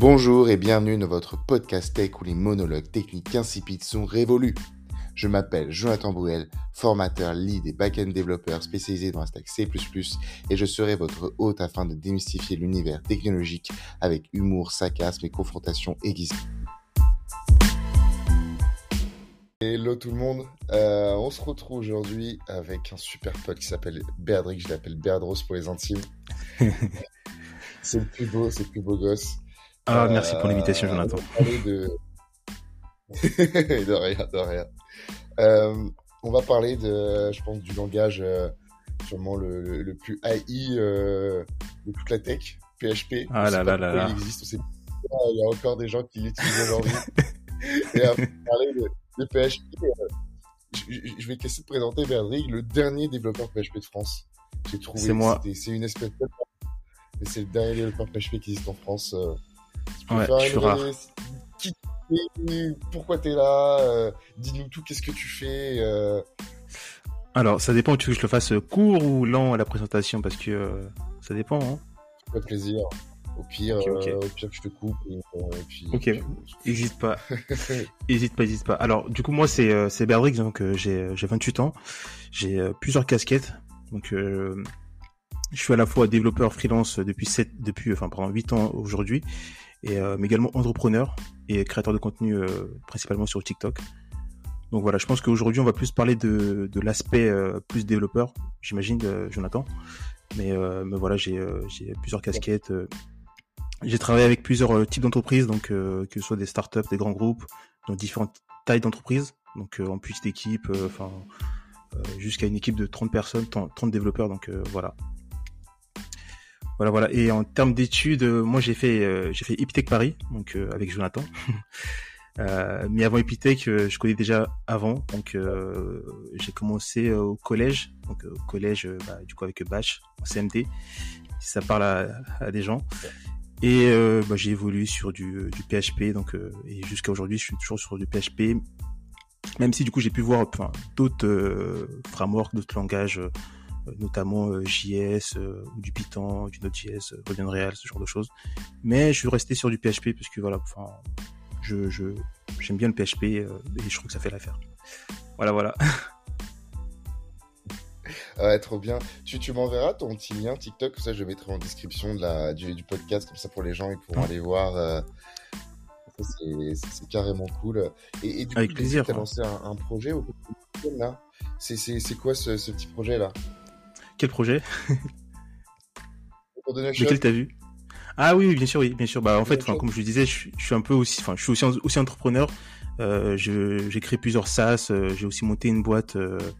Bonjour et bienvenue dans votre podcast tech où les monologues techniques insipides sont révolus. Je m'appelle Jonathan Bruel, formateur lead et back-end développeur spécialisé dans la stack C++ et je serai votre hôte afin de démystifier l'univers technologique avec humour, sarcasme et confrontation aiguisée. Hello tout le monde, on se retrouve aujourd'hui avec un super pote qui s'appelle Berdrick, je l'appelle Berdros pour les intimes. C'est le plus beau gosse. Ah, merci pour l'invitation, Jonathan. De rien. On va parler je pense, du langage sûrement le plus AI de toute la tech, PHP. Ah là là là là. Il existe, il y a encore des gens qui l'utilisent aujourd'hui. Et à parler de PHP, je vais te laisser te présenter, Berdrick, le dernier développeur PHP de France. J'ai trouvé. C'est moi. C'est une espèce de... Mais c'est le dernier développeur PHP qui existe en France. Ouais, je suis rare. Pourquoi t'es là, dis-nous tout, qu'est-ce que tu fais Alors, ça dépend, tu veux que je le fasse court ou lent à la présentation, parce que ça dépend, hein. Pas de plaisir. Au pire, Okay. Au pire, je te coupe. Et puis, ok, hésite pas. Hésite pas. Alors, du coup, moi, c'est Berdrick, donc j'ai 28 ans. J'ai plusieurs casquettes. Donc, je suis à la fois développeur freelance depuis 8 ans aujourd'hui, et mais également entrepreneur et créateur de contenu principalement sur TikTok. Donc voilà, je pense qu'aujourd'hui on va plus parler de l'aspect plus développeur, j'imagine, Jonathan. Mais voilà, j'ai plusieurs casquettes. J'ai travaillé avec plusieurs types d'entreprises, donc que ce soit des startups, des grands groupes, dans différentes tailles d'entreprises, donc en petite équipe, jusqu'à une équipe de 30 personnes, 30 développeurs, donc voilà. Voilà. Et en termes d'études, moi j'ai fait Epitech Paris, donc avec Jonathan. Mais avant Epitech, je connais déjà avant, donc j'ai commencé au collège, du coup avec Bash en CMD, si ça parle à des gens. Et j'ai évolué sur du PHP, donc et jusqu'à aujourd'hui, je suis toujours sur du PHP, même si du coup j'ai pu voir d'autres frameworks, d'autres langages. Notamment JS ou du Python, du Node.js, Ruby on Rails, ce genre de choses. Mais je suis resté sur du PHP parce que voilà, j'aime bien le PHP et je trouve que ça fait l'affaire. Voilà. Ouais, trop bien. Tu m'enverras ton petit lien TikTok, ça je le mettrai en description du podcast, comme ça pour les gens ils pourront aller voir. C'est carrément cool. Et du Avec coup, plaisir. Tu as lancé un projet au quotidien là. C'est quoi ce petit projet là? Quel projet? Lequel t'as vu? Ah oui, bien sûr. Bah en fait, comme je le disais, je suis un peu aussi, je suis aussi entrepreneur. J'ai créé plusieurs SaaS. J'ai aussi monté une boîte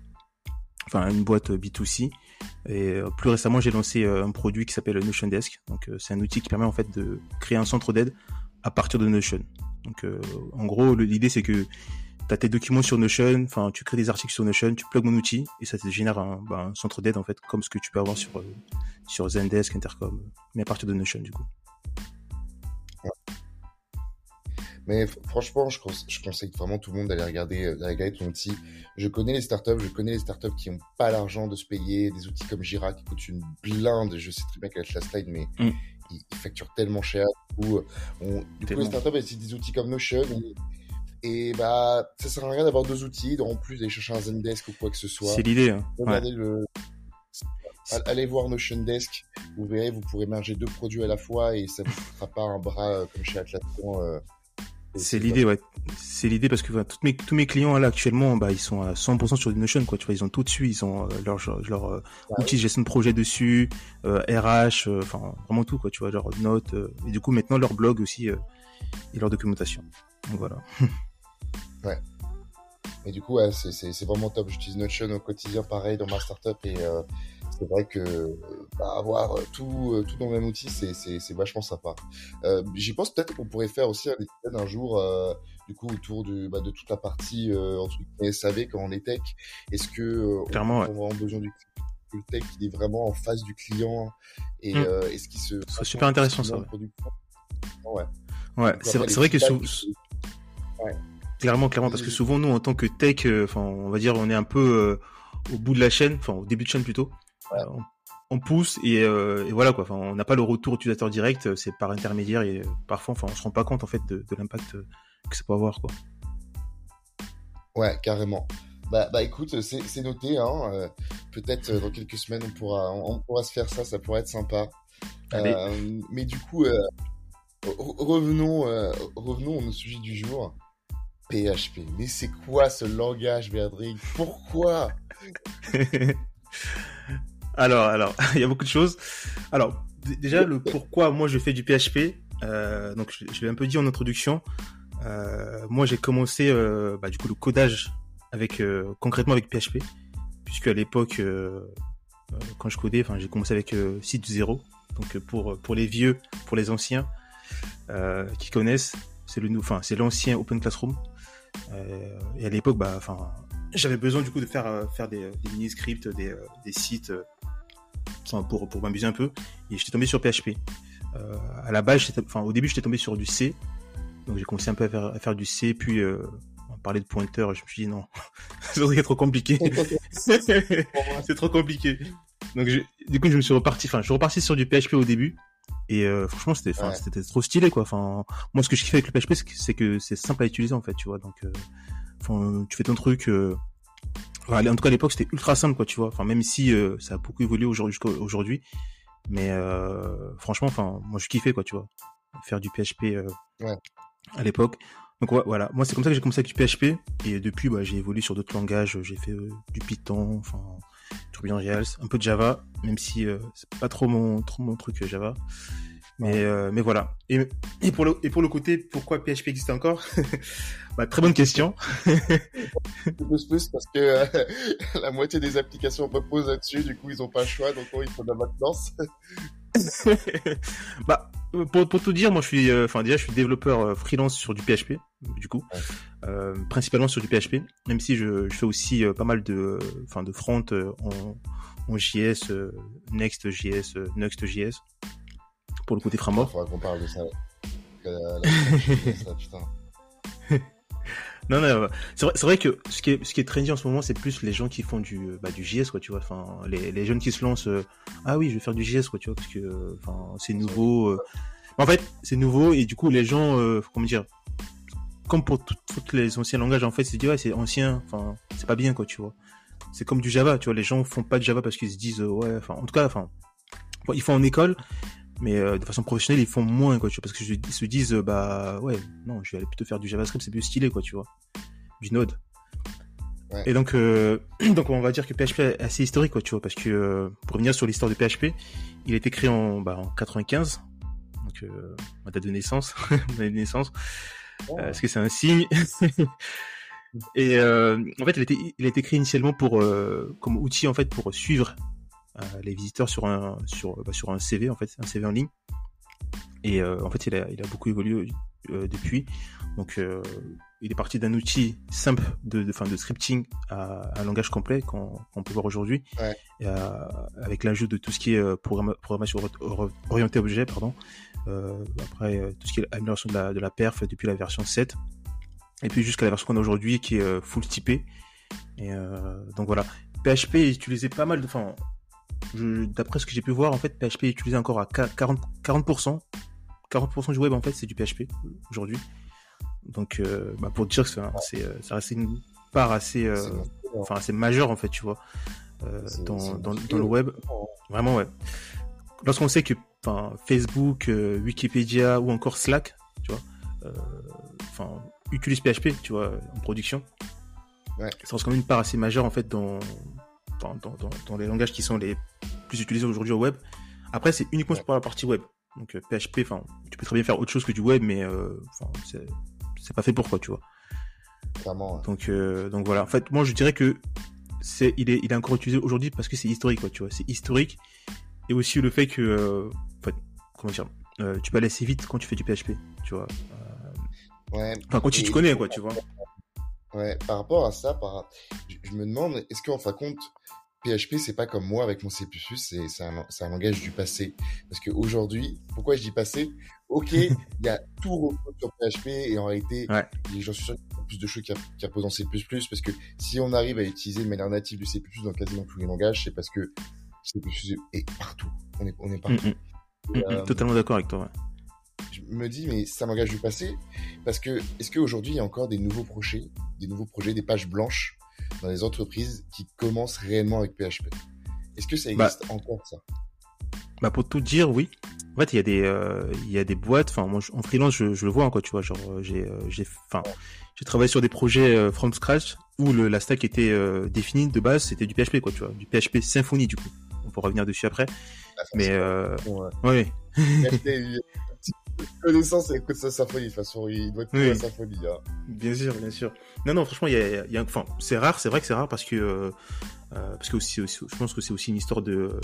B2C. Et plus récemment, j'ai lancé un produit qui s'appelle Notion Desk. Donc c'est un outil qui permet en fait de créer un centre d'aide à partir de Notion. Donc en gros, l'idée c'est que t'as tes documents sur Notion, tu crées des articles sur Notion, tu plugues mon outil et ça te génère un centre d'aide en fait, comme ce que tu peux avoir sur Zendesk, Intercom, mais à partir de Notion du coup. Ouais. Mais franchement, je conseille vraiment tout le monde d'aller regarder ton outil. Je connais les startups qui n'ont pas l'argent de se payer des outils comme Jira qui coûtent une blinde. Je sais très bien qu'avec Lastline, mais ils facturent tellement cher. Du coup, les startups, elles utilisent des outils comme Notion. Et ça sert à rien d'avoir deux outils, en plus d'aller chercher un Zendesk ou quoi que ce soit. C'est l'idée. Hein. Regardez allez voir Notion Desk, vous verrez, vous pourrez merger deux produits à la fois et ça ne vous coûtera pas un bras comme chez Atlassian. C'est l'idée, ouais. C'est l'idée parce que tous mes clients là actuellement, ils sont à 100% sur du Notion, quoi. Tu vois, ils ont tout dessus, ils ont leur outil de gestion de projet dessus, RH, vraiment tout, quoi. Tu vois, leurs notes et du coup maintenant leur blog aussi et leur documentation. Donc voilà. Ouais. Et du coup, ouais, c'est vraiment top. J'utilise Notion au quotidien, pareil, dans ma startup. Et c'est vrai que avoir tout dans le même outil, c'est vachement sympa. J'y pense peut-être qu'on pourrait faire aussi un épisode un jour, du coup, autour de toute la partie entre guillemets SAV quand on est tech. Est-ce que clairement, on a vraiment besoin du tech qui est vraiment en face du client et est-ce qu'il se... C'est super intéressant ça. Ouais, c'est vrai que clairement, parce que souvent nous en tant que tech, on va dire on est un peu au bout de la chaîne, au début de chaîne plutôt. Ouais. on pousse et voilà quoi. Enfin, on n'a pas le retour utilisateur direct, c'est par intermédiaire et parfois, enfin, on se rend pas compte en fait de l'impact que ça peut avoir quoi. Ouais, carrément. Bah écoute, c'est noté, hein. Peut-être dans quelques semaines on pourra se faire ça, ça pourrait être sympa. Allez. Mais du coup, revenons au sujet du jour. PHP. Mais c'est quoi ce langage, Béatrice? Pourquoi? Alors, il y a beaucoup de choses. Alors, déjà le pourquoi moi je fais du PHP. Donc je l'ai un peu dit en introduction. Moi j'ai commencé du coup le codage avec concrètement avec PHP, puisque à l'époque quand je codais, enfin j'ai commencé avec site 0. Donc pour les vieux, pour les anciens qui connaissent, c'est l'ancien Open Classroom. Et à l'époque, j'avais besoin du coup de faire des mini-scripts, des sites, pour m'amuser un peu. Et j'étais tombé sur PHP. À la base, au début, j'étais tombé sur du C. Donc j'ai commencé un peu à faire du C, puis on parlait de pointeur, je me suis dit non, c'est trop compliqué. C'est trop compliqué. Donc du coup, je suis reparti sur du PHP au début. Et franchement, c'était trop stylé quoi. Enfin, moi, ce que je kiffe avec le PHP, c'est que c'est simple à utiliser en fait, tu vois. Donc, tu fais ton truc. En tout cas, à l'époque, c'était ultra simple quoi, tu vois. Enfin, même si ça a beaucoup évolué jusqu'à aujourd'hui, mais franchement, enfin, moi, je kiffais quoi, tu vois, faire du PHP à l'époque. Donc voilà, moi, c'est comme ça que j'ai commencé avec du PHP, et depuis, j'ai évolué sur d'autres langages. J'ai fait du Python, enfin, Tourbillon Rails, un peu de Java, même si c'est pas trop mon truc Java. Mais voilà. Et pour le côté pourquoi PHP existe encore, très bonne question. Plus parce que la moitié des applications reposent là-dessus, du coup ils ont pas le choix, donc il faut de la maintenance. Pour tout dire, moi je suis développeur freelance sur du PHP, du coup, principalement sur du PHP, même si je fais aussi pas mal de front en JS, Next.js, Nuxt.js, pour le côté framework. Il faudra qu'on parle de ça. Putain. Non, c'est vrai que ce qui est trendy en ce moment, c'est plus les gens qui font du JS, quoi, tu vois. Enfin, les jeunes qui se lancent, ah oui, je vais faire du JS, quoi, tu vois, parce que, c'est nouveau. En fait, c'est nouveau et du coup, les gens, comment dire, comme pour tous les anciens langages, en fait, c'est dit, ouais, c'est ancien, enfin, c'est pas bien, quoi, tu vois. C'est comme du Java, tu vois. Les gens font pas de Java parce qu'ils se disent, ouais, enfin, en tout cas, ils font en école. Mais de façon professionnelle, ils font moins, quoi, tu vois, parce que ils se disent, ouais, non, je vais aller plutôt faire du JavaScript, c'est plus stylé, quoi, tu vois, du Node. Ouais. Et donc on va dire que PHP est assez historique, quoi, tu vois, parce que pour revenir sur l'histoire de PHP, il a été créé en 95, donc ma date de naissance, parce que c'est un signe. Et en fait, il a été créé initialement comme outil en fait pour suivre les visiteurs sur un CV, en fait, un CV en ligne. Et en fait, il a beaucoup évolué depuis. Donc, il est parti d'un outil simple de scripting à un langage complet qu'on peut voir aujourd'hui, avec l'ajout de tout ce qui est programmation orientée objet, pardon. Après, tout ce qui est amélioration de la perf depuis la version 7. Et puis jusqu'à la version qu'on a aujourd'hui qui est full typé. Et donc voilà. PHP est utilisé pas mal d'après ce que j'ai pu voir, en fait, PHP est utilisé encore à 40%. 40% du web, en fait, c'est du PHP aujourd'hui. Donc, pour dire que ça reste une part assez majeure, en fait, tu vois, dans le web. Vraiment, ouais. Lorsqu'on sait que Facebook, Wikipédia ou encore Slack, tu vois, utilisent PHP, tu vois, en production. Ouais. Ça reste quand même une part assez majeure, en fait, dans les langages qui sont les plus utilisés aujourd'hui au web. Après, c'est uniquement pour la partie web. Donc PHP, tu peux très bien faire autre chose que du web, mais c'est pas fait pour quoi, tu vois. Clairement. Ouais. Donc voilà. En fait, moi, je dirais que il est encore utilisé aujourd'hui parce que c'est historique, quoi, tu vois. C'est historique, et aussi le fait que, comment dire, tu peux aller assez vite quand tu fais du PHP, tu vois. Ouais. Quand tu connais, quoi, tu vois. Ouais. Par rapport à ça, je me demande, est-ce qu'en fin de compte, PHP, c'est pas comme moi avec mon C++, c'est un langage du passé. Parce qu'aujourd'hui, pourquoi je dis passé? Ok, il y a tout repos sur PHP, et en réalité, j'en suis sûr qu'il y a plus de choses qui reposent en C++, parce que si on arrive à utiliser de manière native du C++ dans quasiment tous les langages, c'est parce que Et partout. On est Mm, partout. mm. Totalement d'accord avec toi. Ouais. Je me dis, mais ça m'engage du passé, parce que est-ce qu'aujourd'hui, il y a encore des nouveaux projets, des pages blanches dans les entreprises qui commencent réellement avec PHP? Est-ce que ça Bah, existe encore, ça? pour tout dire, oui. En fait, il y a des boîtes. Enfin, moi, en freelance, je le vois, hein, quoi. Tu vois, genre, j'ai travaillé sur des projets from scratch où la stack était définie de base, c'était du PHP, quoi. Tu vois, du PHP Symfony, du coup. On pourra revenir dessus après. Ah, Mais ouais. ouais. PHP, il y a une petite connaissance avec sa symphonie. De toute façon, il doit être tout la symphonie, hein. Bien sûr, bien sûr. Non, franchement, enfin, c'est rare, c'est vrai que c'est rare parce que aussi, je pense que c'est aussi une histoire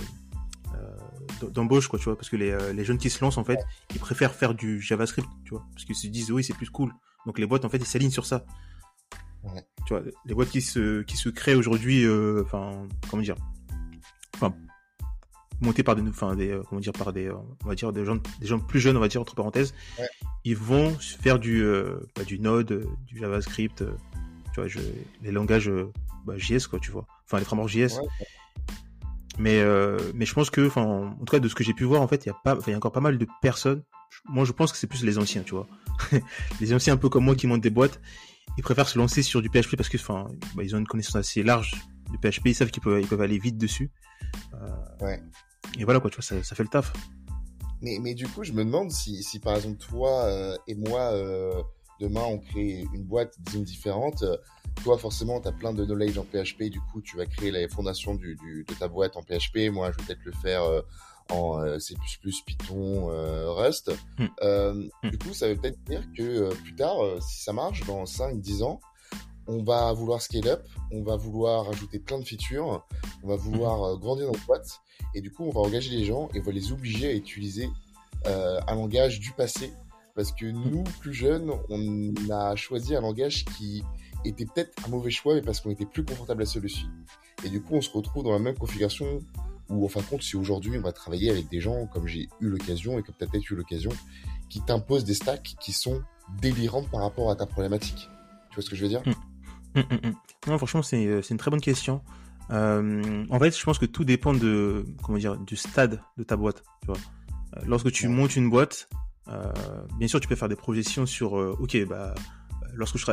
d'embauche, quoi, tu vois, parce que les jeunes qui se lancent, en fait, ils préfèrent faire du JavaScript, tu vois, parce qu'ils se disent, oui, c'est plus cool. Donc les boîtes, en fait, ils s'alignent sur ça. Ouais. Tu vois, les boîtes qui se créent aujourd'hui, enfin, comment dire, enfin, montées par comment dire, par on va dire, des gens plus jeunes, on va dire, entre parenthèses, Ouais. ils vont faire du Node, du JavaScript, tu vois, les langages JS, quoi, tu vois, enfin, les frameworks JS. Ouais. Mais je pense que, enfin, en tout cas, de ce que j'ai pu voir, en fait, il y a encore pas mal de personnes. Moi, je pense que c'est plus les anciens, tu vois. Les anciens, un peu comme moi, qui montent des boîtes, ils préfèrent se lancer sur du PHP parce que, enfin, ils ont une connaissance assez large du PHP, ils savent qu'ils peuvent aller vite dessus. Ouais. Et voilà, quoi, tu vois, ça fait le taf. Mais du coup, je me demande si par exemple, toi et moi, demain, on crée une boîte, disons, différente. Toi, forcément, tu as plein de knowledge en PHP. Du coup, tu vas créer les fondations de ta boîte en PHP. Moi, je vais peut-être le faire en C++, Python, Rust. Du coup, ça veut peut-être dire que plus tard, si ça marche, dans 5-10 ans, on va vouloir scale up, on va vouloir ajouter plein de features, on va vouloir grandir notre boîte. Et du coup, on va engager les gens et on va les obliger à utiliser un langage du passé. Parce que nous, plus jeunes, on a choisi un langage qui était peut-être un mauvais choix, mais parce qu'on était plus confortable à celui-ci. Et du coup, on se retrouve dans la même configuration où, en fin de compte, si aujourd'hui, on va travailler avec des gens, comme j'ai eu l'occasion et comme tu as peut-être eu l'occasion, qui t'imposent des stacks qui sont délirantes par rapport à ta problématique. Tu vois ce que je veux dire? Non, franchement, c'est une très bonne question. En fait, je pense que tout dépend du stade de ta boîte, tu vois. Lorsque tu montes une boîte, bien sûr, tu peux faire des projections sur, lorsque je serai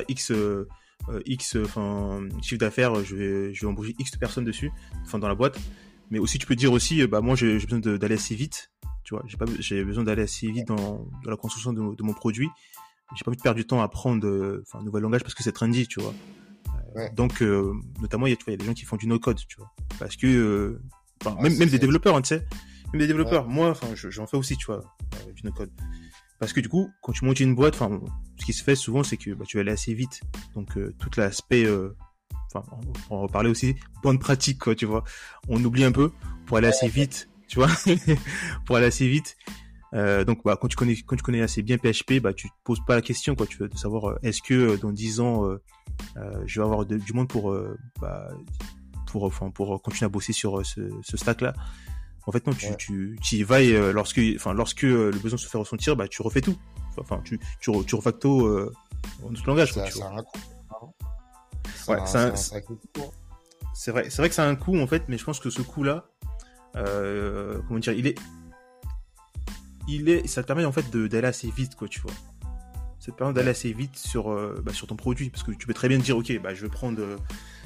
chiffre d'affaires, je vais embaucher X de personnes dessus, enfin, dans la boîte. Mais aussi, tu peux dire aussi, moi, j'ai besoin d'aller assez vite, tu vois. J'ai besoin d'aller assez vite dans la construction de mon produit. J'ai pas envie de perdre du temps à apprendre, un nouvel langage parce que c'est trendy, tu vois. Donc, notamment, il y a des gens qui font du no-code, tu vois. Parce que, même des développeurs, hein, tu sais. Même des développeurs. Moi, j'en fais aussi, tu vois, du no-code. Parce que du coup, quand tu montes une boîte, ce qui se fait souvent, c'est que tu vas aller assez vite. Donc, tout l'aspect, on va en reparler aussi, bonne pratique, quoi, tu vois. On oublie un peu pour aller assez vite, tu vois. Pour aller assez vite. Donc, quand tu connais assez bien PHP, tu te poses pas la question, quoi, tu veux de savoir, est-ce que dans 10 ans, je vais avoir du monde pour continuer à bosser sur ce stack-là. En fait, non, tu y vas et lorsque le besoin se fait ressentir, tu refais tout. Enfin, tu refacto en autre langage. Ça a un coût. C'est vrai que ça a un coût, en fait, mais je pense que ce coût-là, comment dire, ça te permet en fait d'aller assez vite, quoi, tu vois. Ça te permet d'aller assez vite sur ton produit, parce que tu peux très bien te dire, ok, je vais prendre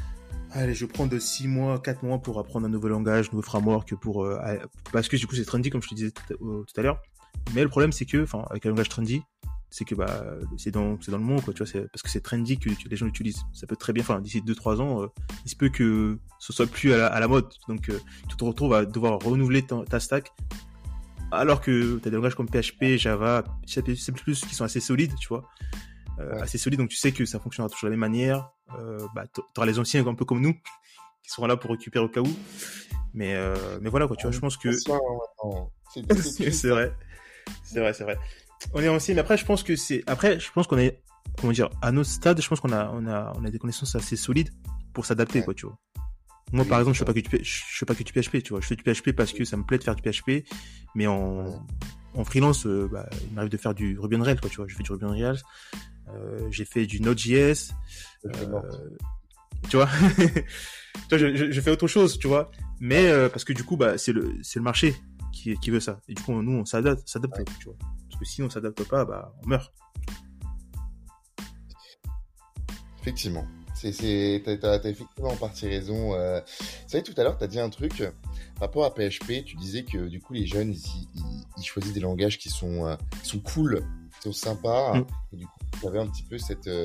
6 mois, 4 mois pour apprendre un nouveau langage, un nouveau framework, parce que du coup c'est trendy, comme je te disais tout à l'heure. Mais le problème, c'est que, avec un langage trendy, c'est que c'est dans le mot, quoi, tu vois, parce que c'est trendy que les gens l'utilisent. Ça peut très bien, d'ici 2-3 ans, il se peut que ce soit plus à la mode. Donc tu te retrouves à devoir renouveler ta stack, alors que tu as des langages comme PHP, Java, C++, qui sont assez solides, tu vois. Assez solides, donc tu sais que ça fonctionnera toujours de la même manière. T'auras les anciens un peu comme nous, qui seront là pour récupérer au cas où. Mais voilà, quoi, tu vois, je pense que... C'est vrai. On est anciens, mais après, je pense qu'on est, comment dire, à notre stade, je pense qu'on a des connaissances assez solides pour s'adapter, quoi, tu vois. Moi, par exemple, je fais pas que du PHP, tu vois. Je fais du PHP parce que ça me plaît de faire du PHP, mais en freelance, il m'arrive de faire du Ruby on Rails, quoi, tu vois. Je fais du Ruby on Rails, j'ai fait du Node.js, tu vois. Tu vois, je fais autre chose, tu vois. Mais parce que du coup, bah, c'est le marché qui veut ça. Et du coup, nous, on s'adapte, Ouais. tu vois. Parce que si on s'adapte pas, bah, on meurt. Effectivement. T'as effectivement en partie raison. C'est vrai, tout à l'heure, t'as dit un truc par rapport à PHP. Tu disais que du coup, les jeunes, ils choisissent des langages qui sont cool, qui sont sympas. Mm, Et du coup, tu avais un petit peu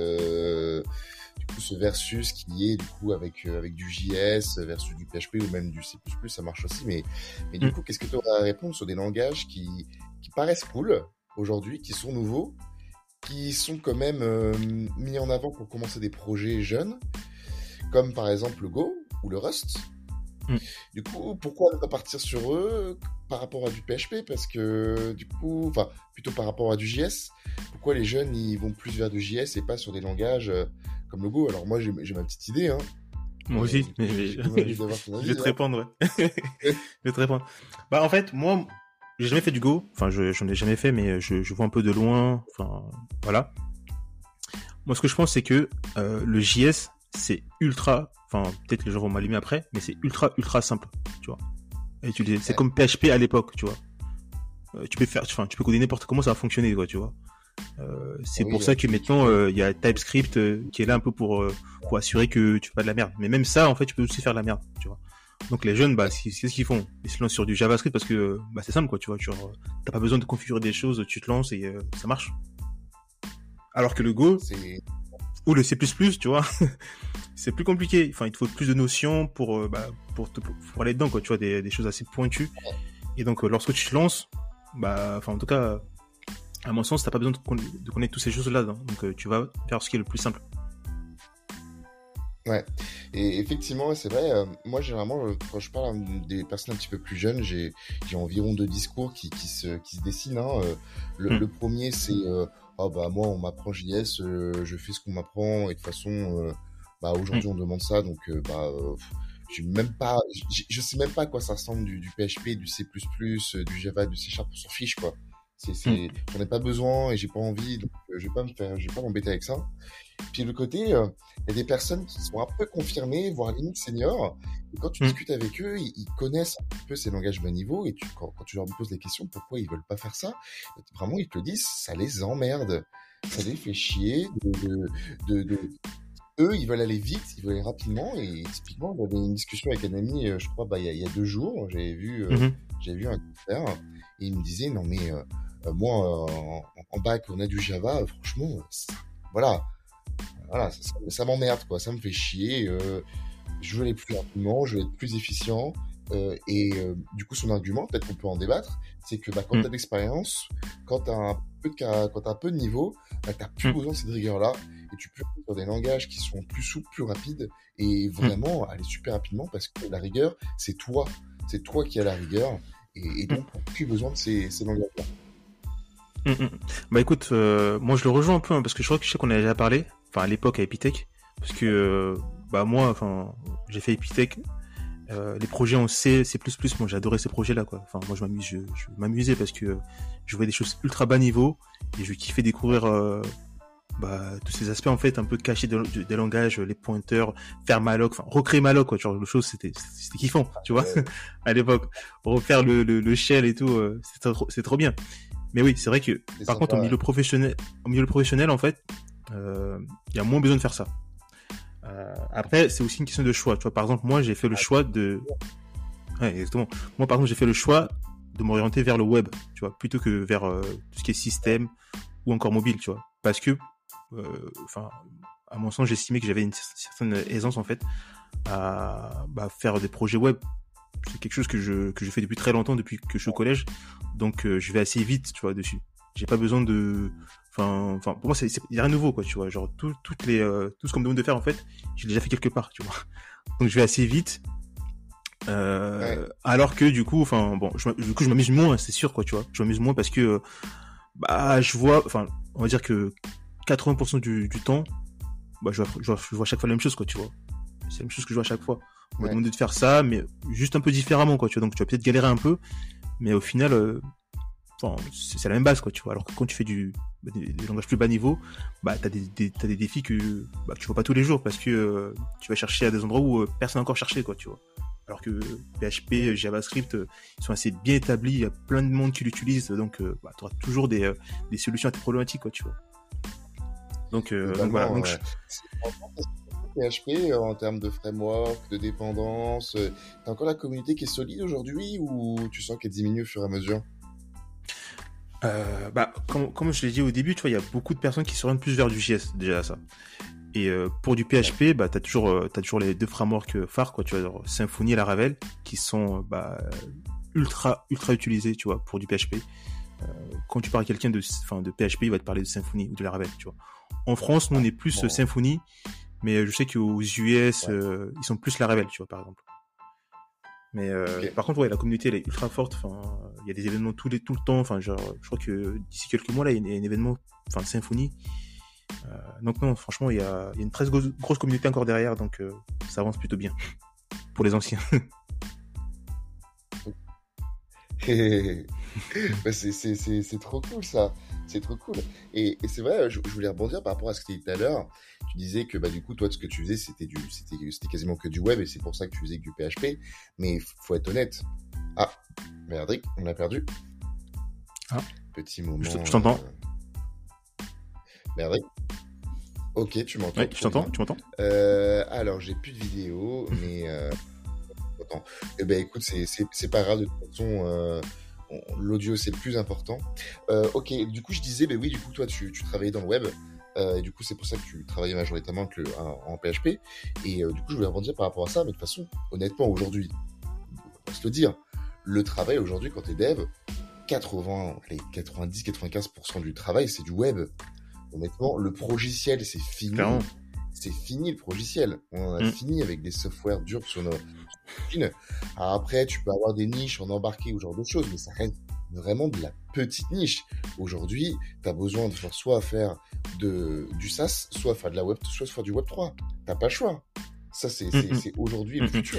du coup, ce versus qui est du coup avec du JS versus du PHP ou même du C++, ça marche aussi. Mais du mm. coup, qu'est-ce que tu aurais à répondre sur des langages qui paraissent cool aujourd'hui, qui sont nouveaux, qui sont quand même mis en avant pour commencer des projets jeunes, comme par exemple le Go ou le Rust. Mm. Du coup, pourquoi ne pas partir sur eux par rapport à du PHP? Parce que du coup, enfin, plutôt par rapport à du JS, pourquoi les jeunes ils vont plus vers du JS et pas sur des langages comme le Go? Alors moi j'ai ma petite idée, hein, Moi mais aussi, du coup mais j'ai quand même envie d'avoir ton je vais avis, te hein. répondre, ouais. Je vais te répondre. Bah, en fait, moi, j'ai jamais fait du Go. Enfin, j'en ai jamais fait, mais je vois un peu de loin. Enfin, voilà. Moi, ce que je pense, c'est que le JS, c'est ultra. Enfin, peut-être que les gens vont m'allumer après, mais c'est ultra simple, tu vois. À utiliser. C'est Ouais. comme PHP à l'époque, tu vois. Tu peux faire, enfin, tu peux coder n'importe comment, ça va fonctionner, quoi, tu vois. Ah C'est pour oui, ça que tu maintenant, peux. il y a TypeScript qui est là un peu pour assurer que tu fais pas de la merde. Mais même ça, en fait, tu peux aussi faire de la merde, tu vois. Donc les jeunes, bah, Ouais. qu'est-ce qu'ils font? Ils se lancent sur du JavaScript parce que bah, c'est simple, quoi, tu vois. T'as pas besoin de configurer des choses, tu te lances et ça marche. Alors que le Go C'est ou le C++, tu vois, c'est plus compliqué. Enfin, il te faut plus de notions pour aller dedans, quoi. Tu vois, des choses assez pointues. Et donc, lorsque tu te lances, bah, enfin, en tout cas, à mon sens, t'as pas besoin de connaître toutes ces choses-là. Hein. Donc, tu vas faire ce qui est le plus simple. Ouais, et effectivement, c'est vrai, moi généralement, quand je parle à des personnes un petit peu plus jeunes, j'ai environ deux discours qui se dessinent, hein. Le Hmm. premier, c'est ah bah moi on m'apprend JS, je fais ce qu'on m'apprend, et de toute façon, bah Hmm. aujourd'hui on demande ça, donc j'ai même pas, je sais même pas à quoi ça ressemble du PHP, du C++, du Java, du C Sharp, on s'en fiche quoi. Hmm. J'en ai pas besoin et j'ai pas envie, donc je vais pas m'embêter avec ça. Puis de l'autre côté, il y a des personnes qui sont un peu confirmées, voire limite seniors. Et quand tu Hmm. discutes avec eux, ils connaissent un peu ces langages bas niveau. Et quand tu leur poses les questions, pourquoi ils veulent pas faire ça, vraiment, ils te le disent, ça les emmerde. Ça les fait chier. Eux, ils veulent aller vite, ils veulent aller rapidement. Et typiquement, j'avais une discussion avec un ami, je crois, bah, il y a 2 jours. Mhm. J'avais vu un concert. Et il me disait, non mais moi, en bac, on a du Java. Franchement, voilà. Voilà, ça m'emmerde, quoi. Ça me fait chier. Je veux aller plus rapidement, je veux être plus efficient. Du coup, son argument, peut-être qu'on peut en débattre, c'est que bah, quand tu Hmm. as de l'expérience, quand tu as quand t'as un peu de niveau, bah, tu plus Hmm. besoin de cette rigueur-là. Et tu peux aller sur des langages qui sont plus souples, plus rapides, et Hmm. vraiment aller super rapidement parce que la rigueur, c'est toi. C'est toi qui as la rigueur. Et Hmm. donc, tu plus besoin de ces langages-là. Hmm. Hmm. Bah écoute, moi je le rejoins un peu hein, parce que je sais qu'on a déjà parlé, enfin à l'époque à Epitech, parce que bah moi, enfin j'ai fait Epitech, les projets en C++, moi j'adorais ces projets-là quoi. Enfin moi je m'amusais parce que je voyais des choses ultra bas niveau et je kiffais découvrir bah tous ces aspects en fait un peu cachés des langages, les pointeurs, faire malloc, enfin recréer malloc quoi. Genre le chose c'était kiffant, tu vois, Euh, à l'époque. Refaire le shell et tout, c'est trop bien. Mais oui, c'est vrai que c'est par contre sympa, ouais. au milieu professionnel en fait, il y a moins besoin de faire ça. Après, c'est aussi une question de choix. Tu vois, par exemple, moi, j'ai fait le choix de, ouais, exactement. Moi, par exemple, j'ai fait le choix de m'orienter vers le web, tu vois, plutôt que vers tout ce qui est système ou encore mobile, tu vois, parce que, enfin, à mon sens, j'estimais que j'avais une certaine aisance en fait à bah, faire des projets web. C'est quelque chose que je fais depuis très longtemps, depuis que je suis au collège, donc je vais assez vite, tu vois, dessus. J'ai pas besoin de, enfin, pour moi, y a rien de nouveau, quoi, tu vois, genre tout ce qu'on me demande de faire en fait, j'ai déjà fait quelque part, tu vois. Donc je vais assez vite. Ouais, Alors que du coup, enfin bon, du coup je m'amuse moins, c'est sûr quoi, tu vois. Je m'amuse moins parce que bah je vois, enfin on va dire que 80% du temps, bah je vois à chaque fois la même chose quoi, tu vois. C'est la même chose que je vois à chaque fois. On m'a ouais. demandé de faire ça, mais juste un peu différemment quoi, tu vois. Donc tu vas peut-être galérer un peu, mais au final, enfin, c'est la même base, quoi, tu vois. Alors que quand tu fais des langages plus bas niveau, bah, t'as des défis que, bah, tu vois pas tous les jours parce que tu vas chercher à des endroits où personne n'a encore cherché, quoi, tu vois. Alors que PHP, JavaScript, ils sont assez bien établis, il y a plein de monde qui l'utilise, donc bah, tu auras toujours des solutions à tes problématiques, quoi, tu vois. Donc voilà. Totalement, ouais. PHP, en termes de framework, de dépendance, t'as encore la communauté qui est solide aujourd'hui ou tu sens qu'elle diminue au fur et à mesure? Bah, comme je l'ai dit au début, tu vois, il y a beaucoup de personnes qui s'orientent plus vers du JS, déjà, ça. Et pour du PHP, bah, t'as toujours les deux frameworks phares, quoi, tu vois, genre Symfony et Laravel, qui sont bah, ultra utilisés, tu vois, pour du PHP. Quand tu parles à quelqu'un de PHP, il va te parler de Symfony ou de Laravel, tu vois. En France, nous, on est plus Bon, Symfony, mais je sais qu'aux US, ouais, ils sont plus Laravel, tu vois, par exemple. Mais ok. par contre, ouais, la communauté, elle est ultra forte. Enfin, il y a des événements tout le temps. Enfin, genre, je crois que d'ici quelques mois, là, il y a un événement, enfin, Symfony. Donc non, franchement, il y a une très grosse communauté encore derrière, donc ça avance plutôt bien pour les anciens. Bah, c'est trop cool ça, c'est trop cool. Et c'est vrai, je voulais rebondir par rapport à ce que tu disais tout à l'heure. Tu disais que bah, du coup, toi, ce que tu faisais, c'était quasiment que du web et c'est pour ça que tu faisais que du PHP. Mais faut être honnête. Ah, merde, on l'a perdu. Ah, Petit je moment. t'entends. Merde. Ok, tu m'entends Ouais, je trop t'entends. bien. Tu m'entends? Alors, j'ai plus de vidéo, mais attends. Eh ben, écoute, c'est pas grave de toute façon. L'audio, c'est le plus important. Ok, du coup, je disais, ben oui, du coup, toi, tu travaillais dans le web. Et du coup, c'est pour ça que tu travaillais majoritairement en PHP. Et du coup, je voulais rebondir par rapport à ça. Mais de toute façon, honnêtement, aujourd'hui, on va se le dire, le travail aujourd'hui, quand tu es dev, 90-95% du travail, c'est du web. Honnêtement, le progiciel, c'est fini. Clairement. C'est fini le progiciel. On en a fini avec des softwares durs sur nos machines. Alors après, tu peux avoir des niches en embarqué ou ce genre de choses, mais ça reste vraiment de la petite niche. Aujourd'hui, tu as besoin de faire du SaaS, soit faire de la web, soit faire du web 3. T'as pas le choix. Ça, c'est aujourd'hui le futur.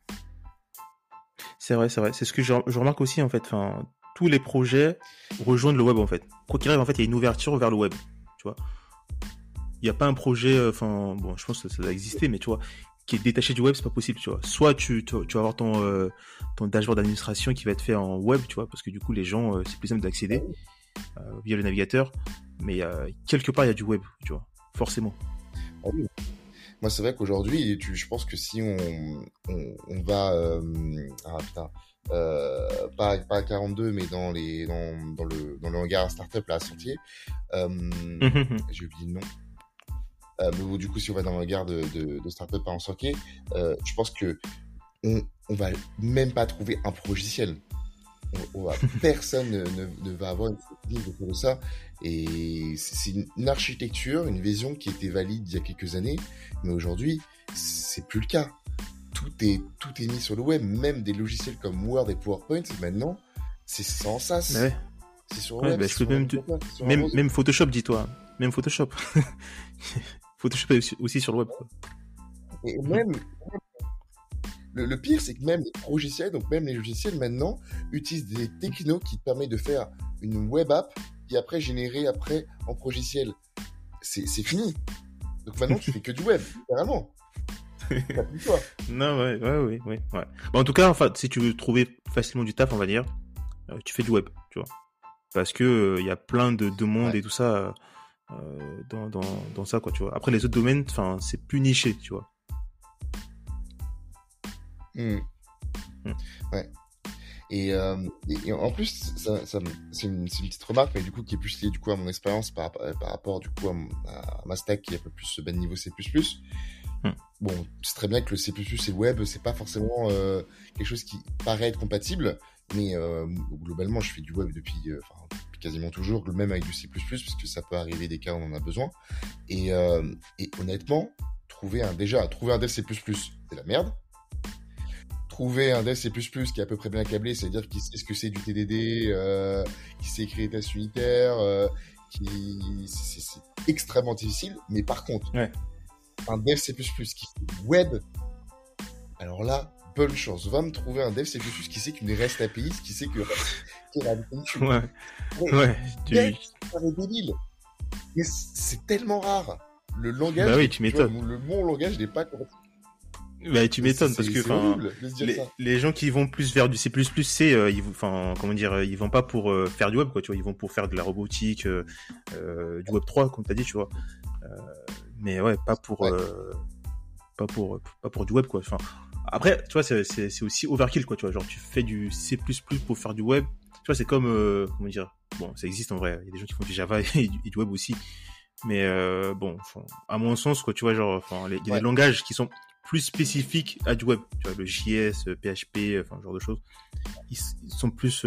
C'est vrai, c'est vrai. C'est ce que je remarque aussi, en fait. Enfin, tous les projets rejoignent le web, en fait. Quoi qu'il arrive, en fait, il y a une ouverture vers le web. Tu vois. Il n'y a pas un projet, enfin, bon, je pense que ça doit exister, mais tu vois, qui est détaché du web, c'est pas possible, tu vois. Soit tu vas avoir ton dashboard d'administration qui va être fait en web, tu vois, parce que du coup, les gens, c'est plus simple d'accéder via le navigateur, mais quelque part, il y a du web, tu vois, forcément. Ah oui. Moi, c'est vrai qu'aujourd'hui, je pense que si on va, ah putain, pas à 42, mais dans le hangar startup là à Sentier, j'ai oublié le nom. Mais bon, du coup, si on va dans le hangar de startup à Sentier, je pense que on va même pas trouver un logiciel. Personne ne va avoir une ligne de ça. Et c'est une architecture, une vision qui était valide il y a quelques années, mais aujourd'hui, c'est plus le cas. Tout est mis sur le web, même des logiciels comme Word et PowerPoint, maintenant, c'est sans SaaS. Ouais. C'est sur Ouais, web, bah, c'est je peux sur navigateur, c'est sur un browser. même Photoshop, dis-toi. Même Photoshop. Photoshop est aussi sur le web, quoi. Et même, le pire, c'est que même les logiciels, donc même les logiciels maintenant, utilisent des technos qui te permettent de faire une web app qui après générée après en logiciel. C'est fini. Donc maintenant, tu fais que du web, littéralement. T'as plus le choix. Non, ouais. Bon, en tout cas, enfin, si tu veux trouver facilement du taf, on va dire, tu fais du web, tu vois. Parce que y a plein de demandes Ouais. et tout ça dans ça, quoi, tu vois. Après, les autres domaines, enfin, c'est plus niché, tu vois. Hmm. Mm. Ouais. Et en plus, c'est une petite remarque, mais du coup, qui est plus liée du coup à mon expérience par rapport du coup à ma stack qui est un peu plus bas de niveau C++. Mm. Bon, c'est très bien que le C++ et le web, c'est pas forcément quelque chose qui paraît être compatible, mais globalement, je fais du web depuis quasiment toujours, même avec du C++, parce que ça peut arriver des cas où on en a besoin. Et honnêtement, trouver un dev C++, c'est la merde. Trouver un dev C++ qui est à peu près bien câblé, c'est-à-dire qui sait ce que c'est du TDD, qui sait écrire des tests unitaires, c'est extrêmement difficile. Mais par contre, Ouais. un dev C++ qui fait du web, alors là, bonne chance. Va me trouver un dev C++ qui sait qu'une REST API, qui sait qui est la dessus. Ouais, Ouais, ouais, ça paraît débile. Mais c'est tellement rare. Le langage, bah oui, tu tu vois, m'étonnes. mon langage n'est pas comme ça. Bah, tu Mais m'étonnes parce que, c'est enfin, horrible de se dire ça. les gens qui vont plus vers du C++, enfin, comment dire, ils vont pas pour faire du web, quoi, tu vois, ils vont pour faire de la robotique, du web 3, comme t'as dit, tu vois. Euh, mais ouais, Ouais, pas pour du web, quoi. Enfin, après, tu vois, c'est aussi overkill, quoi, tu vois. Genre, tu fais du C++ pour faire du web. Tu vois, c'est comme, comment dire, bon, ça existe en vrai. Il y a des gens qui font du Java et du web aussi. Mais bon, enfin, à mon sens, quoi, tu vois, genre, enfin, il y a des ouais, langages qui sont plus spécifiques à du web. Tu vois, le JS, PHP, enfin, ce genre de choses. Ils sont plus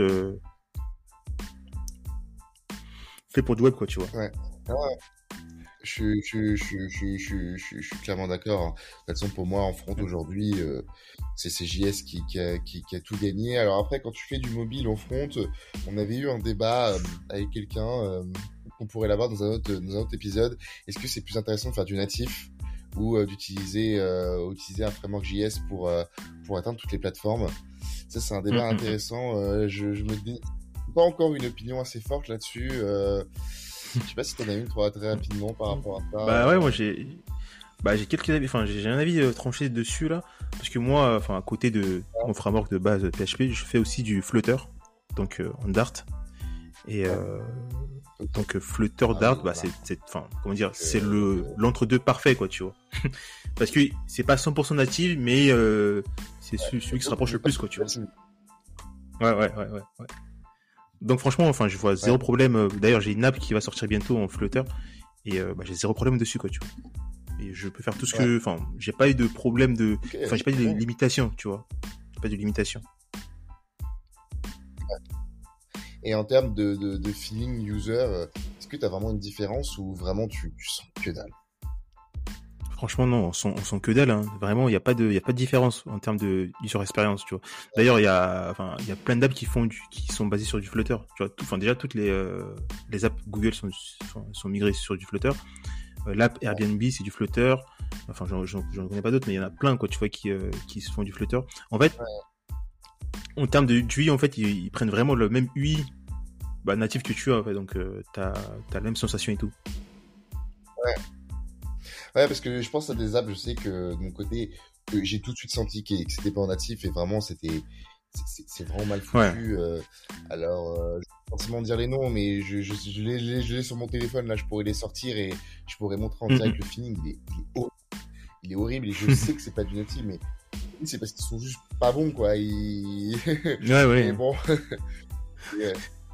faits pour du web, quoi, tu vois. ouais. Ouais. Je suis clairement d'accord, hein. De toute façon, pour moi, en front aujourd'hui, c'est JS qui a tout gagné. Alors après, quand tu fais du mobile en front, on avait eu un débat avec quelqu'un qu'on pourrait l'avoir dans un autre épisode. Est-ce que c'est plus intéressant de faire du natif ou utiliser un framework JS pour atteindre toutes les plateformes? Ça, c'est un Hum, débat hum, hum. intéressant. Je me dis pas encore une opinion assez forte là-dessus. Je sais pas si t'en as une, toi, très rapidement par rapport à ça. Bah ouais, moi j'ai quelques avis, enfin j'ai un avis tranché dessus là, parce que moi, enfin à côté de mon framework de base PHP, je fais aussi du Flutter, donc en Dart, et Ouais, ok. donc Flutter Ah Dart, oui, bah voilà. enfin comment dire, c'est Donc, l'entre-deux parfait, quoi, tu vois, parce que c'est pas 100% natif, mais c'est celui qui se rapproche j'ai le pas plus, quoi, tu vois. là-dessus. Ouais. Donc franchement, enfin je vois Ouais, zéro problème. D'ailleurs, j'ai une app qui va sortir bientôt en Flutter, et bah, j'ai zéro problème dessus, quoi, tu vois. Et je peux faire tout ce ouais. que, enfin, j'ai pas eu de problème Ok, enfin, j'ai pas eu de bon. limitation, tu vois. J'ai pas de limitation. Et en termes de feeling user, est-ce que tu as vraiment une différence ou vraiment tu sens que dalle? Franchement, non, on sent que dalle, hein. Vraiment, il y a pas de différence en termes de user experience, tu vois. D'ailleurs, il y a plein d'apps qui sont basées sur du Flutter, tu vois. Enfin, déjà, toutes les apps Google sont migrées sur du Flutter. L'app Ouais, Airbnb, c'est du Flutter. Enfin, j'en connais pas d'autres, mais il y en a plein, quoi, tu vois, qui se font du Flutter. En fait, en termes de UI, en fait, ils prennent vraiment le même UI bah, natif que tu as, en fait, donc t'as la même sensation et tout. ouais, parce que je pense à des apps, je sais que de mon côté, que j'ai tout de suite senti que c'était pas en natif et vraiment c'est vraiment mal Ouais. foutu. Alors, je vais pas forcément dire les noms, mais je l'ai sur mon téléphone, là, je pourrais les sortir et je pourrais montrer en direct Mm, le feeling. Il est horrible et je sais que c'est pas du natif, mais c'est parce qu'ils sont juste pas bons, quoi. mm. Ouais, Mais ouais. bon, mais,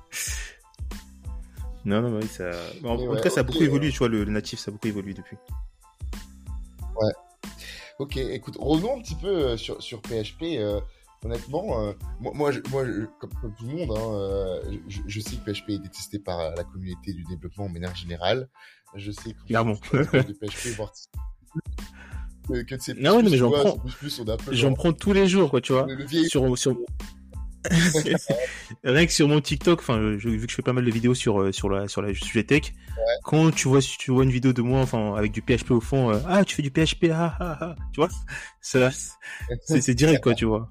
Non, oui, ça. En mais tout ouais, cas, ça a ok, beaucoup évolué, tu vois, le natif, ça a beaucoup évolué depuis. ouais. Ok, écoute, revenons un petit peu sur PHP. Honnêtement, comme tout le monde, hein, je sais que PHP est détesté par la communauté du développement de manière générale. Je sais que Clairement. quand tu parles de PHP, voire que de C++, Non, ouais, non, mais tu vois, C++, on a un peu j'en prends tous les jours, quoi, tu vois. le vieil. Sur, rien que sur mon TikTok, enfin, vu que je fais pas mal de vidéos sur la sujet tech, quand si tu vois une vidéo de moi, enfin, avec du PHP au fond, ah, tu fais du PHP, tu vois, ça, c'est direct, quoi, tu vois.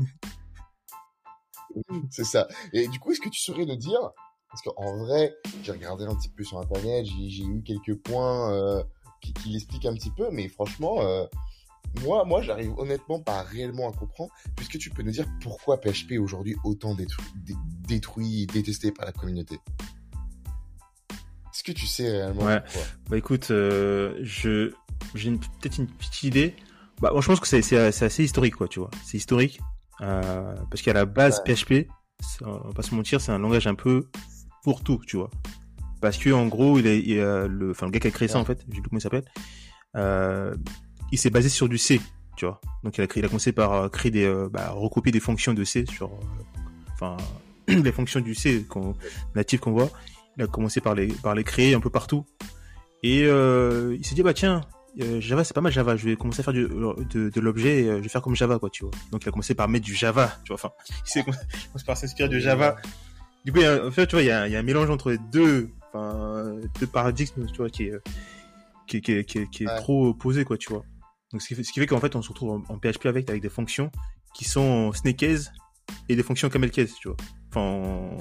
C'est ça. Et du coup, est-ce que tu saurais nous dire, parce qu'en vrai, j'ai regardé un petit peu sur Internet, j'ai eu quelques points qui l'expliquent un petit peu, mais franchement, moi, j'arrive honnêtement pas réellement à comprendre. Puisque tu peux nous dire pourquoi PHP est aujourd'hui autant détruit et détesté par la communauté? Est-ce que tu sais réellement Ouais. pourquoi? Bah écoute, j'ai peut-être une petite idée. Bah, moi, je pense que c'est assez historique, quoi, tu vois. C'est historique. Parce qu'à la base, Ouais, PHP, on va pas se mentir, c'est un langage un peu pour tout, tu vois. Parce que, en gros, enfin, le gars qui a créé ça, en ouais, fait, je sais plus comment il s'appelle, euh, il s'est basé sur du C, tu vois. Donc, il a commencé par créer recopier des fonctions de C enfin, les fonctions du C natives qu'on voit. Il a commencé par les créer un peu partout. Et il s'est dit, bah tiens, Java, c'est pas mal Java, je vais commencer à faire de l'objet, je vais faire comme Java, quoi, tu vois. Donc il a commencé par mettre du Java, tu vois, enfin, il s'est commencé par s'inspirer de Java. Du coup, en fait, tu vois, il y a un mélange entre les deux paradigmes, tu vois, qui est ouais, trop opposé, quoi, tu vois. Donc ce qui fait qu'en fait, on se retrouve en PHP avec des fonctions qui sont snake case, et des fonctions camel case, tu vois. Enfin,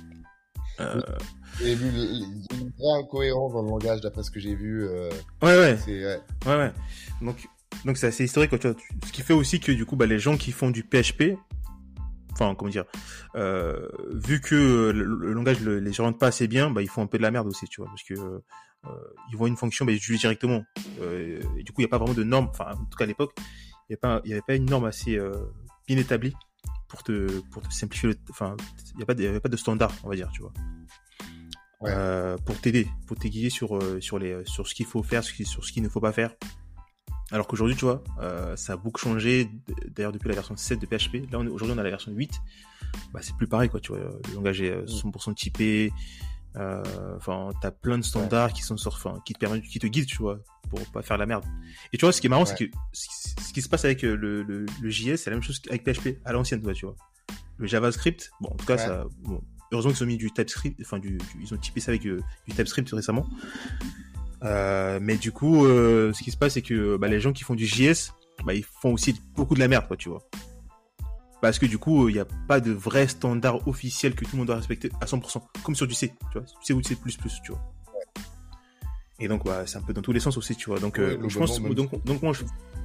J'ai vu, il y a une vraie incohérence dans le langage, d'après ce que j'ai vu. ouais. Ouais. Ouais. Donc c'est assez historique, quoi, tu vois. Ce qui fait aussi que, du coup, les gens qui font du PHP, enfin, comment dire, vu que le langage les oriente pas assez bien, ils font un peu de la merde aussi, tu vois, parce que ils voient une fonction, ils l'utilisent directement. Et du coup, il n'y a pas vraiment de norme, enfin, en tout cas à l'époque, il n'y avait pas une norme assez bien établie pour te simplifier enfin, il n'y avait pas de standard, on va dire, tu vois. Ouais. Pour t'aiguiller sur ce qu'il faut faire, sur ce qu'il ne faut pas faire. Alors qu'aujourd'hui, tu vois, ça a beaucoup changé, d'ailleurs depuis la version 7 de PHP. Là, aujourd'hui, on a la version 8. C'est plus pareil, quoi, tu vois. Le langage est 100% typé. Enfin, t'as plein de standards qui sont qui te guident, tu vois, pour pas faire la merde. Et tu vois, ce qui est marrant, c'est que ce qui se passe avec le JS, c'est la même chose qu'avec PHP à l'ancienne, tu vois. Le JavaScript, bon, en tout cas, ça, bon, heureusement qu'ils ont mis du TypeScript, enfin, ils ont typé ça avec du TypeScript récemment. Mais du coup, ce qui se passe, c'est que les gens qui font du JS, ils font aussi beaucoup de la merde, quoi, tu vois. Parce que du coup, il n'y a pas de vrai standard officiel que tout le monde doit respecter à 100%, comme sur du C, tu vois, C ou C++, tu vois. Et donc, c'est un peu dans tous les sens aussi, tu vois. Donc, je pense, donc moi,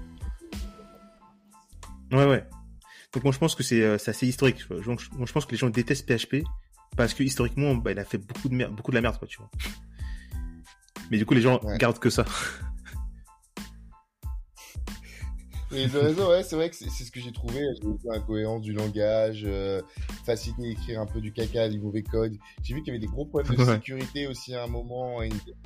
ouais. Donc moi, je pense que c'est assez historique. Moi, je pense que les gens détestent PHP parce que historiquement, il a fait beaucoup de la merde, quoi, tu vois. Mais du coup, les gens gardent que ça. Et de raison, c'est vrai que c'est ce que j'ai trouvé. J'ai vu l'incohérence du langage, facilité d'écrire un peu du caca, du mauvais code. J'ai vu qu'il y avait des gros problèmes de sécurité aussi à un moment.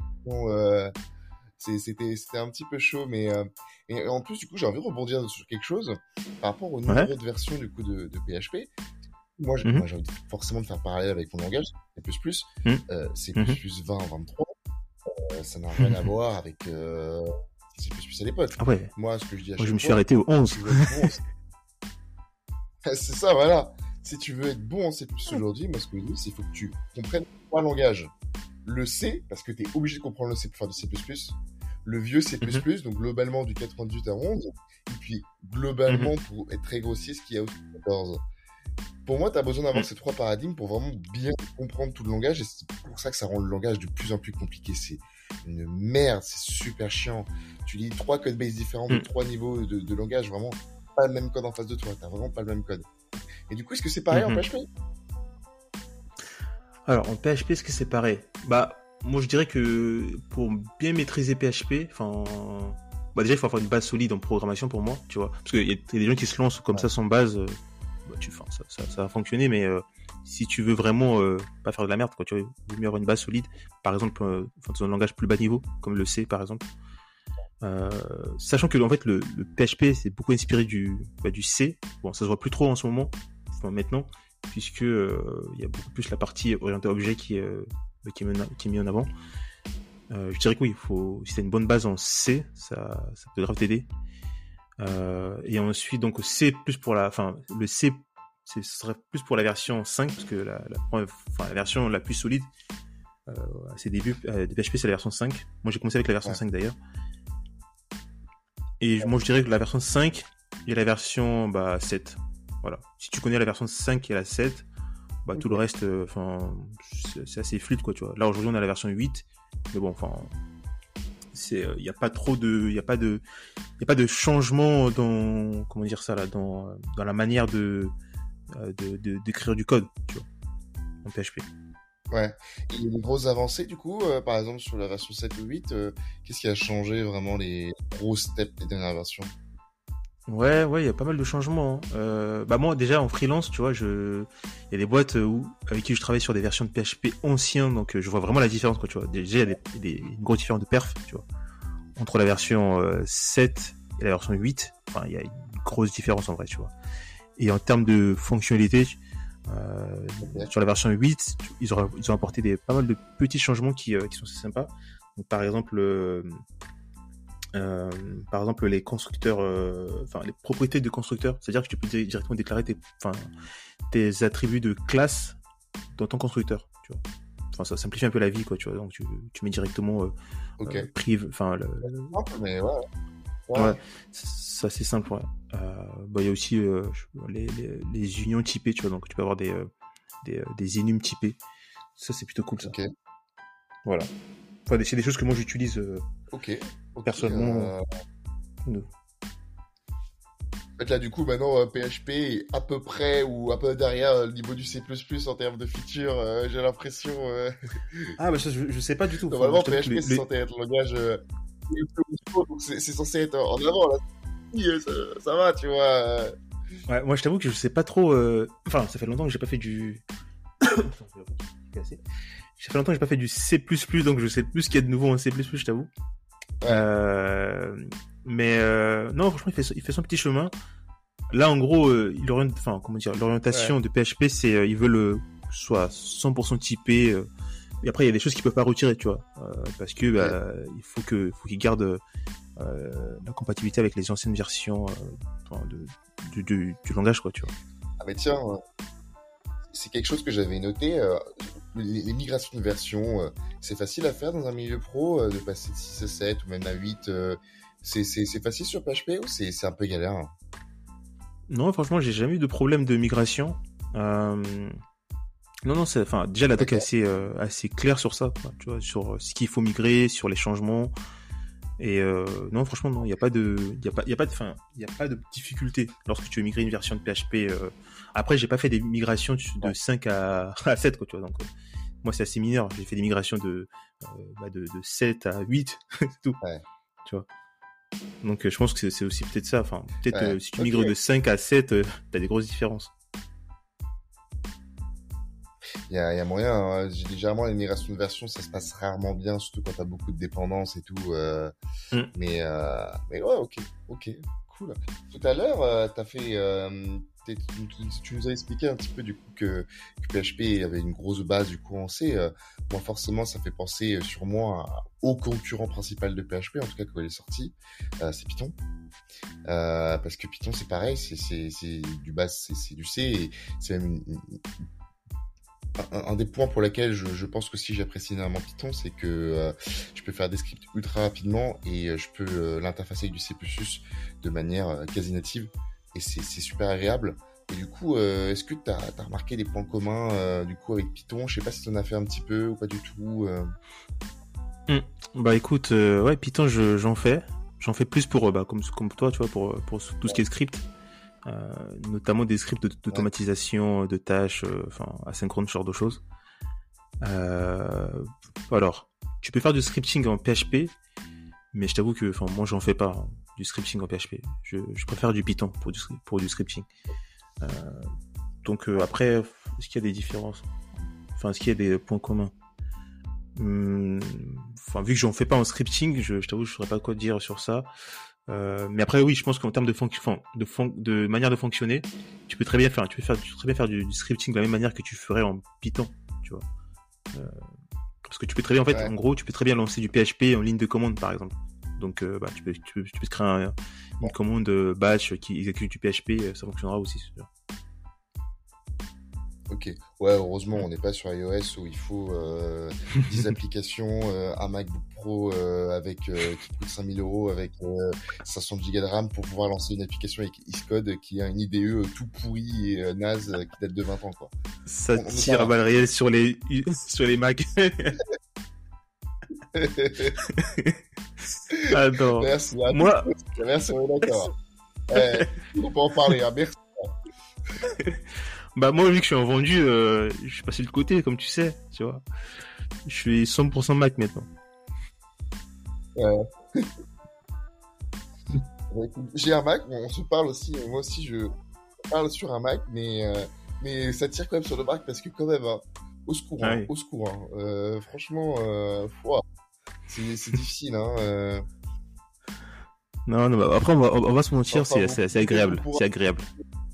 C'était un petit peu chaud, mais et en plus, du coup, j'ai envie de rebondir sur quelque chose par rapport au numéro de version du coup de PHP. Moi, j'ai envie forcément de faire parallèle avec mon langage, C++. C++ 20, 23. Ça n'a rien à voir avec C++ à l'époque. Ah ouais. Moi, ce que je dis à chaque fois, je me suis fois, arrêté au 11. C'est ça, voilà. Si tu veux être bon en C++ aujourd'hui, moi, ce que je dis, c'est qu'il faut que tu comprennes trois langages. Le C, parce que tu es obligé de comprendre le C pour faire du C++. Le vieux C++, donc globalement du 98 à 11. Et puis, globalement, pour être très grossier, ce qu'il y a aussi 14. Pour moi, tu as besoin d'avoir ces trois paradigmes pour vraiment bien comprendre tout le langage. Et c'est pour ça que ça rend le langage de plus en plus compliqué. C'est une merde, c'est super chiant. Tu lis trois codebases différents de trois niveaux de langage, vraiment pas le même code en face de toi. T'as vraiment pas le même code. Et du coup, est-ce que c'est pareil en PHP ? Alors, en PHP, est-ce que c'est pareil ? Moi, je dirais que pour bien maîtriser PHP, déjà, il faut avoir une base solide en programmation pour moi, tu vois. Parce qu'il y a des gens qui se lancent comme ça sans base, ça va fonctionner, mais si tu veux vraiment pas faire de la merde, quoi, tu vois, il vaut mieux avoir une base solide. Par exemple, dans un langage plus bas niveau, comme le C, par exemple. Sachant que en fait le PHP c'est beaucoup inspiré du C. Bon, ça se voit plus trop en ce moment, maintenant, puisque il y a beaucoup plus la partie orientée objet qui est mis en avant. Je dirais que oui, si t'as une bonne base en C, ça peut grave t'aider. Et ensuite donc C plus pour le C, ce serait plus pour la version 5, parce que la version la plus solide à ses débuts de PHP, c'est la version 5. Moi j'ai commencé avec la version 5 d'ailleurs. Et moi, je dirais que la version 5 et la version 7. Voilà. Si tu connais la version 5 et la 7, tout le reste, c'est assez fluide, quoi, tu vois. Là, aujourd'hui, on a la version 8. Mais bon, il n'y a pas trop de, il y a pas de changement dans, comment dire ça, là, dans la manière d'écrire du code, tu vois, en PHP. Ouais. Et il y a des grosses avancées, du coup, par exemple, sur la version 7 ou 8, qu'est-ce qui a changé vraiment les gros steps des dernières versions ? Ouais, il y a pas mal de changements. Moi, déjà, en freelance, tu vois, il y a des boîtes avec qui je travaille sur des versions de PHP anciens, donc je vois vraiment la différence, quoi, tu vois. Déjà, il y a une grosse différence de perf, tu vois, entre la version 7 et la version 8. Enfin, il y a une grosse différence, en vrai, tu vois. Et en termes de fonctionnalité, sur la version 8, ils ont apporté pas mal de petits changements qui sont assez sympas. Donc, par exemple, les constructeurs, les propriétés de constructeurs, c'est-à-dire que tu peux directement déclarer tes attributs de classe dans ton constructeur, tu vois. Enfin, ça simplifie un peu la vie, quoi, tu vois. Donc tu mets directement prive, mais ouais. Ouais. Ouais, c'est assez simple, ouais. Bah, il y a aussi les unions typées, tu vois, donc tu peux avoir des enums typés. Ça, c'est plutôt cool, ça. Ok. Voilà. Enfin, c'est des choses que moi j'utilise Ok. Ok. personnellement. De- En fait, là, du coup, maintenant, PHP est à peu près ou à peu derrière le niveau du C++ en termes de features, j'ai l'impression. Ah, bah ça, je sais pas du tout. Enfin, moi, Normalement, je t'avoue que PHP, c'est censé être le langage le plus haut niveau, donc c'est censé être en avant, là. Oui, ça va, tu vois. Ouais, moi, je t'avoue que je sais pas trop. Enfin, ça fait longtemps que j'ai pas fait du. Cassé. Ça fait longtemps que j'ai pas fait du C++, donc je sais plus ce qu'il y a de nouveau en C++, je t'avoue. Ouais. Mais non, franchement, il fait son petit chemin. Là, en gros, enfin, comment dire, l'orientation Ouais. de PHP, c'est ils veulent soit 100% typé. Et après, il y a des choses qu'ils peuvent pas retirer, tu vois, parce que Ok. faut qu'ils gardent la compatibilité avec les anciennes versions enfin, du langage, quoi, tu vois. Ah, mais tiens, c'est quelque chose que j'avais noté. Les migrations de version, c'est facile à faire dans un milieu pro, de passer de 6 à 7 ou même à 8. C'est facile sur PHP ou c'est un peu galère, hein? Non, franchement, j'ai jamais eu de problème de migration. Non, non, enfin, déjà la doc est D'accord. assez claire sur ça, quoi, tu vois, sur ce qu'il faut migrer, sur les changements. Et non, franchement, non, il y a pas de, enfin, il y a pas de difficulté lorsque tu veux migrer une version de PHP. Après, j'ai pas fait des migrations de Ouais. 5 à 7, quoi, tu vois. Donc, moi, c'est assez mineur. J'ai fait des migrations de 7 à 8, c'est tout, Ouais. tu vois. Donc, je pense que c'est aussi peut-être ça. Enfin, peut-être Ouais. si tu Ok. migres de 5 à 7, t'as des grosses différences. Il y a moyen, hein. Généralement, les migrations de version, ça se passe rarement bien, surtout quand t'as beaucoup de dépendances et tout. Mm. Mais ouais, ok, ok, cool. Tout à l'heure, t'as fait, tu nous as expliqué un petit peu du coup que PHP avait une grosse base du coup en C. Moi, forcément, ça fait penser sûrement au concurrent principal de PHP, en tout cas quand il est sorti, c'est Python. Parce que Python, c'est pareil, c'est du base, c'est du C, et c'est même un des points pour lesquels je pense que si j'apprécie énormément Python, c'est que je peux faire des scripts ultra rapidement et je peux l'interfacer avec du C++ de manière quasi native, et c'est super agréable. Et du coup, est-ce que t'as remarqué des points communs du coup avec Python? Je sais pas si t'en as fait un petit peu ou pas du tout. Mm. Bah écoute, ouais, Python, j'en fais plus pour, comme toi, tu vois, pour tout ce qui est script. Notamment des scripts Ouais, d'automatisation de tâches, enfin asynchrone, ce genre de choses. Euh, alors, tu peux faire du scripting en PHP, mais je t'avoue que, enfin, moi, j'en fais pas hein, du scripting en PHP. Je préfère du Python pour du scripting. Euh, donc ouais, après, est-ce qu'il y a des différences? Enfin, est-ce qu'il y a des points communs? Enfin, vu que j'en fais pas en scripting, je t'avoue, je saurais pas quoi dire sur ça. Mais après, oui, je pense qu'en termes de de manière de fonctionner, tu peux très bien faire du scripting de la même manière que tu ferais en Python, tu vois. Parce que tu peux très bien, en fait, ouais. en gros, tu peux très bien lancer du PHP en ligne de commande, par exemple. Donc, tu peux te créer une commande batch qui exécute du PHP, ça fonctionnera aussi, c'est sûr. Ok, ouais, heureusement, Mm. on n'est pas sur iOS où il faut 10 applications, un MacBook Pro qui coûte 5 000 € avec 500 gigas de RAM pour pouvoir lancer une application avec Xcode qui a une IDE tout pourri et naze qui date de 20 ans, quoi. Ça On n'est pas tire à là. balles réelles sur sur les Mac. Attends. Merci, hein. Moi, Merci, on est d'accord. On peut en parler, hein. Merci. moi, vu que je suis en vendu, je suis passé de côté, comme tu sais, tu vois. Je suis 100% Mac maintenant. Euh, Bah, écoute, j'ai un Mac, on se parle aussi, moi aussi je parle sur un Mac, mais ça tire quand même sur le Mac parce que quand même, hein, Ah oui. au secours, hein. Franchement, ouah, c'est difficile, hein. Non, non, bah, après, on va se mentir, Enfin bon, c'est peut-être qu'on agréable. pourra. C'est agréable.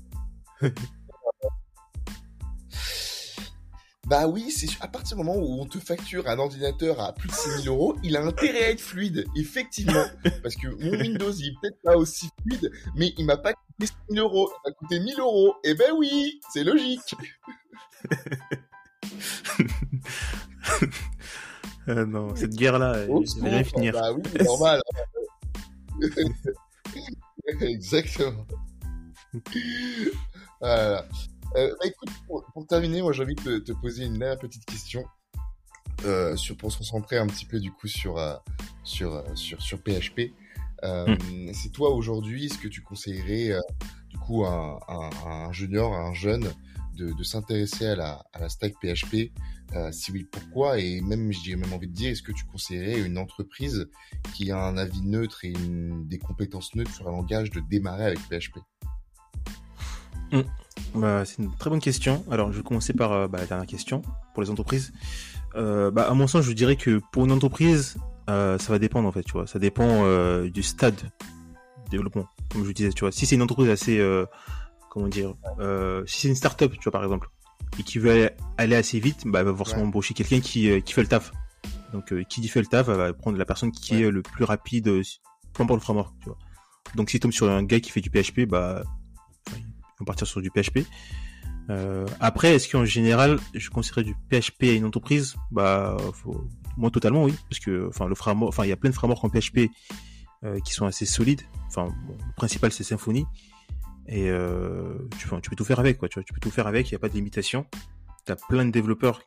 Bah oui, c'est à partir du moment où on te facture un ordinateur à plus de 6 000 €, il a intérêt à être fluide, effectivement. Parce que mon Windows, il est peut-être pas aussi fluide, mais il m'a pas coûté 6 000 €, il m'a coûté 1 000 €. Eh ben oui, c'est logique. Non, cette guerre-là, Au elle va jamais secours, finir. bah oui, c'est normal. Exactement. Voilà. Écoute, pour terminer, moi j'ai envie de te poser une dernière petite question pour se concentrer un petit peu du coup sur PHP. Hmm. C'est toi aujourd'hui, ce que tu conseillerais du coup à un junior, à un jeune de s'intéresser à la stack PHP? Si oui, pourquoi? Et même, j'ai même envie de dire, est-ce que tu conseillerais à une entreprise qui a un avis neutre et des compétences neutres sur un langage de démarrer avec PHP? Hmm. Bah, c'est une très bonne question. Alors, je vais commencer par la dernière question pour les entreprises. À mon sens, je dirais que pour une entreprise, ça va dépendre en fait, tu vois. Ça dépend du stade de développement, comme je disais, tu vois. Si c'est une entreprise assez, comment dire, si c'est une start-up, tu vois, par exemple, et qui veut aller assez vite, bah, elle va forcément Ouais, embaucher quelqu'un qui fait le taf. Donc, qui dit fait le taf, elle va prendre la personne qui ouais, est le plus rapide, peu importe le framework, tu vois. Donc, si tu tombes sur un gars qui fait du PHP, bah, ils vont partir sur du PHP. Après, est-ce qu'en général, je conseillerais du PHP à une entreprise? Moi totalement oui, parce que le framework, il y a plein de frameworks en PHP qui sont assez solides. Le principal c'est Symfony et tu peux tout faire avec quoi. Tu vois, tu peux tout faire avec. Il y a pas de limitation. T'as plein de développeurs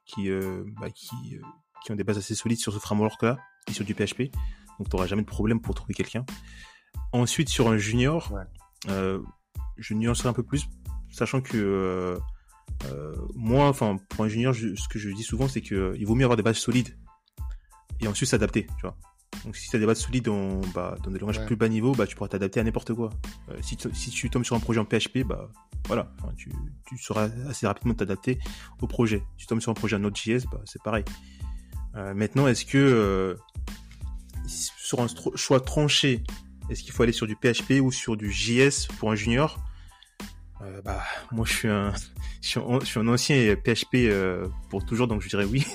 qui ont des bases assez solides sur ce framework-là et sur du PHP. Donc t'auras jamais de problème pour trouver quelqu'un. Ensuite, sur un junior, ouais, euh, je nuancerai un peu plus, sachant que moi, pour un junior, ce que je dis souvent, c'est que il vaut mieux avoir des bases solides et ensuite s'adapter, tu vois. Donc si tu as des bases solides dans des langages ouais. plus bas niveau, bah tu pourras t'adapter à n'importe quoi. Si tu tombes sur un projet en PHP, bah voilà, tu sauras assez rapidement t'adapter au projet. Si tu tombes sur un projet en Node.js, bah c'est pareil. Maintenant, est-ce que sur un choix tranché, est-ce qu'il faut aller sur du PHP ou sur du JS pour un junior? Moi je suis un ancien PHP pour toujours, donc je dirais oui.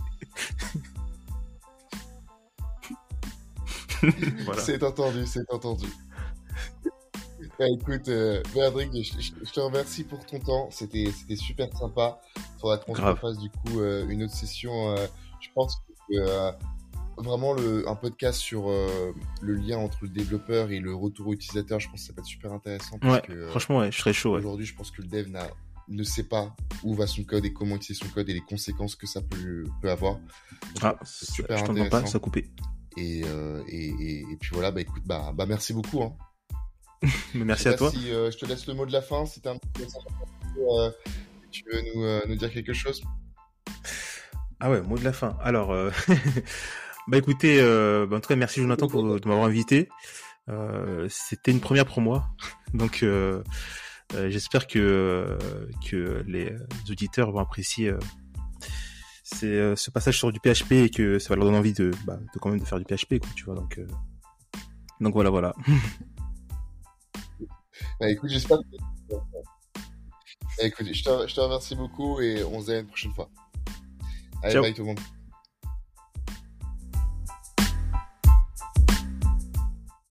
Voilà. C'est entendu, c'est entendu. Bah, écoute, Béatrice, je te remercie pour ton temps. C'était super sympa. Faudra qu'on se Grave. refasse du coup une autre session. Je pense que vraiment un podcast sur le lien entre le développeur et le retour utilisateur, je pense que ça peut être super intéressant parce Ouais, que franchement, ouais, je serais chaud, ouais. aujourd'hui, je pense que le dev ne sait pas où va son code et comment utiliser son code et les conséquences que ça peut avoir. Donc, je Ah, pense que c'est super je t'entends pas, intéressant. ça a coupé. Et puis voilà, bah écoute, bah merci beaucoup, hein. Mais Je sais merci à pas toi. si je te laisse le mot de la fin, si t'as un petit message tu veux nous dire quelque chose? Ah ouais, mot de la fin. Alors, bah écoutez, en tout cas, merci Jonathan de m'avoir invité. C'était une première pour moi, donc j'espère que les auditeurs vont apprécier ce passage sur du PHP et que ça va leur donner envie de quand même de faire du PHP, quoi, tu vois. Donc voilà. Bah écoute, j'espère que... Bah, écoute, je te remercie beaucoup et on se dit à une prochaine fois. Allez, Ciao. bye tout le monde.